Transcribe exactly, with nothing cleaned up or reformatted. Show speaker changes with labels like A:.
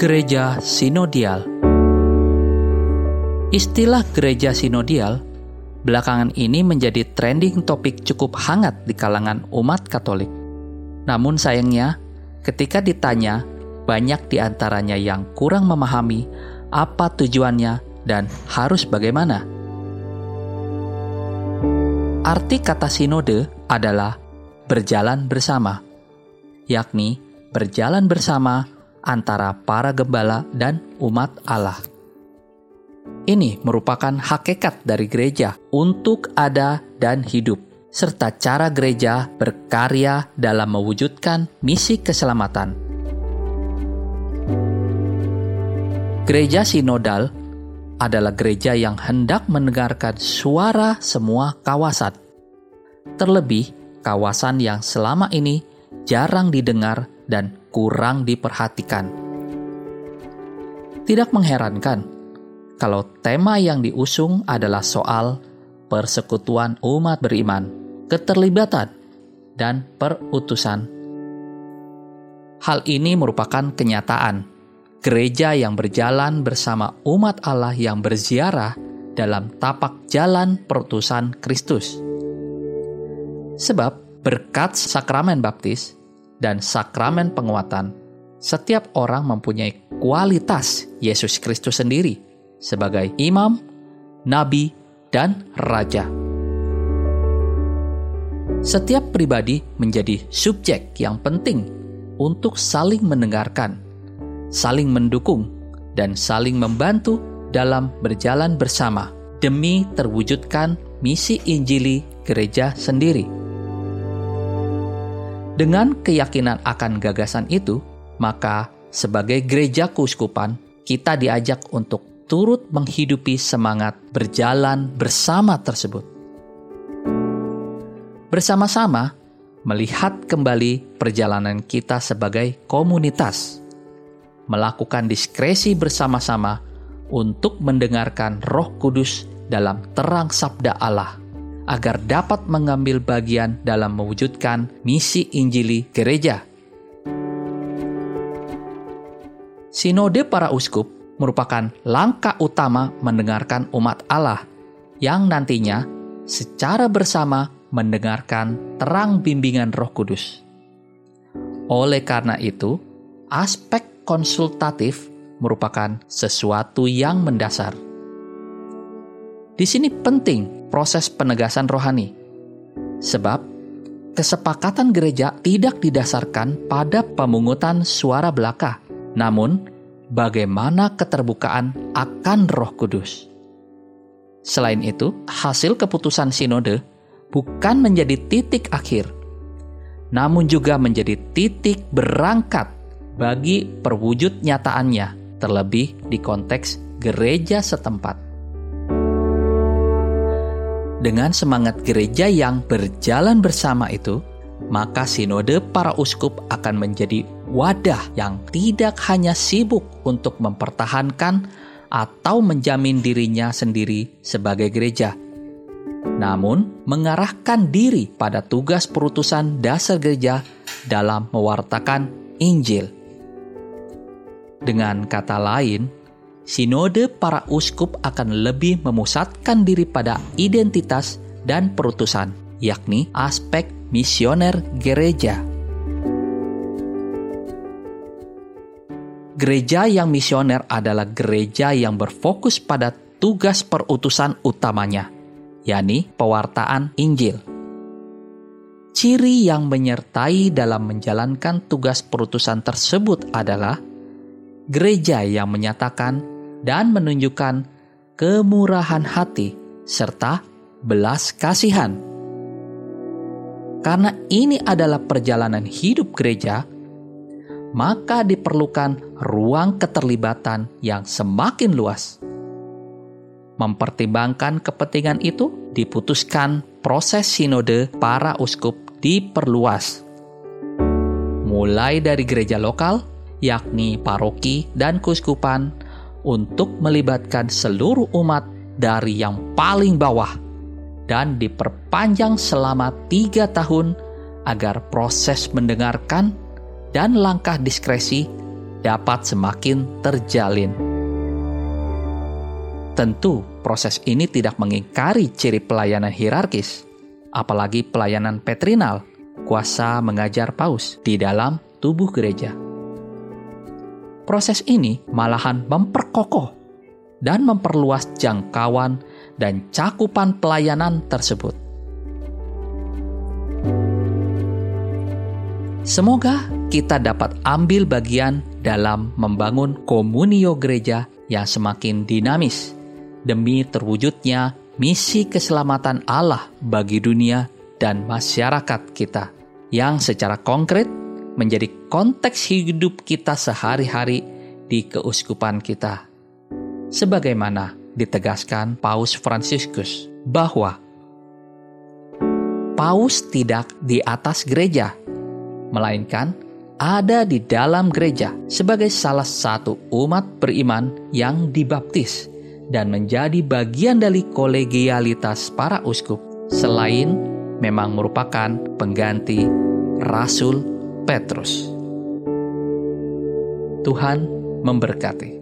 A: Gereja Sinodial. Istilah gereja sinodial belakangan ini menjadi trending topik cukup hangat di kalangan umat Katolik. Namun sayangnya, ketika ditanya, banyak di antaranya yang kurang memahami apa tujuannya dan harus bagaimana. Arti kata sinode adalah berjalan bersama, yakni berjalan bersama antara para gembala dan umat Allah. Ini merupakan hakikat dari gereja untuk ada dan hidup, serta cara gereja berkarya dalam mewujudkan misi keselamatan. Gereja sinodal adalah gereja yang hendak mendengarkan suara semua kawasan, terlebih kawasan yang selama ini jarang didengar dan kurang diperhatikan. Tidak mengherankan kalau tema yang diusung adalah soal persekutuan umat beriman, keterlibatan, dan perutusan. Hal ini merupakan kenyataan gereja yang berjalan bersama umat Allah yang berziarah dalam tapak jalan perutusan Kristus. Sebab berkat sakramen baptis dan sakramen penguatan, setiap orang mempunyai kualitas Yesus Kristus sendiri sebagai imam, nabi, dan raja. Setiap pribadi menjadi subjek yang penting untuk saling mendengarkan, saling mendukung, dan saling membantu dalam berjalan bersama demi terwujudkan misi Injili gereja sendiri. Dengan keyakinan akan gagasan itu, maka sebagai gereja keuskupan, kita diajak untuk turut menghidupi semangat berjalan bersama tersebut. Bersama-sama, melihat kembali perjalanan kita sebagai komunitas, melakukan diskresi bersama-sama untuk mendengarkan Roh Kudus dalam terang sabda Allah, agar dapat mengambil bagian dalam mewujudkan misi Injili gereja. Sinode para uskup merupakan langkah utama mendengarkan umat Allah yang nantinya secara bersama mendengarkan terang bimbingan Roh Kudus. Oleh karena itu, aspek konsultatif merupakan sesuatu yang mendasar. Di sini penting proses penegasan rohani, sebab kesepakatan gereja tidak didasarkan pada pemungutan suara belaka, namun bagaimana keterbukaan akan Roh Kudus. Selain itu, hasil keputusan sinode bukan menjadi titik akhir, namun juga menjadi titik berangkat bagi perwujud nyataannya, terlebih di konteks gereja setempat. Dengan semangat gereja yang berjalan bersama itu, maka sinode para uskup akan menjadi wadah yang tidak hanya sibuk untuk mempertahankan atau menjamin dirinya sendiri sebagai gereja, namun mengarahkan diri pada tugas perutusan dasar gereja dalam mewartakan Injil. Dengan kata lain, sinode para uskup akan lebih memusatkan diri pada identitas dan perutusan, yakni aspek misioner gereja. Gereja yang misioner adalah gereja yang berfokus pada tugas perutusan utamanya, yakni pewartaan Injil. Ciri yang menyertai dalam menjalankan tugas perutusan tersebut adalah gereja yang menyatakan dan menunjukkan kemurahan hati serta belas kasihan. Karena ini adalah perjalanan hidup gereja, maka diperlukan ruang keterlibatan yang semakin luas. Mempertimbangkan kepentingan itu, diputuskan proses sinode para uskup diperluas. Mulai dari gereja lokal, yakni paroki dan keuskupan, untuk melibatkan seluruh umat dari yang paling bawah, dan diperpanjang selama tiga tahun agar proses mendengarkan dan langkah diskresi dapat semakin terjalin. Tentu, proses ini tidak mengingkari ciri pelayanan hierarkis, apalagi pelayanan petrinal, kuasa mengajar paus di dalam tubuh gereja. Proses ini malahan memperkokoh dan memperluas jangkauan dan cakupan pelayanan tersebut. Semoga kita dapat ambil bagian dalam membangun komunio gereja yang semakin dinamis demi terwujudnya misi keselamatan Allah bagi dunia dan masyarakat kita, yang secara konkret menjadi konteks hidup kita sehari-hari di keuskupan kita. Sebagaimana ditegaskan Paus Fransiskus bahwa Paus tidak di atas gereja, melainkan ada di dalam gereja sebagai salah satu umat beriman yang dibaptis dan menjadi bagian dari kolegialitas para uskup, selain memang merupakan pengganti Rasul Petrus. Tuhan memberkati.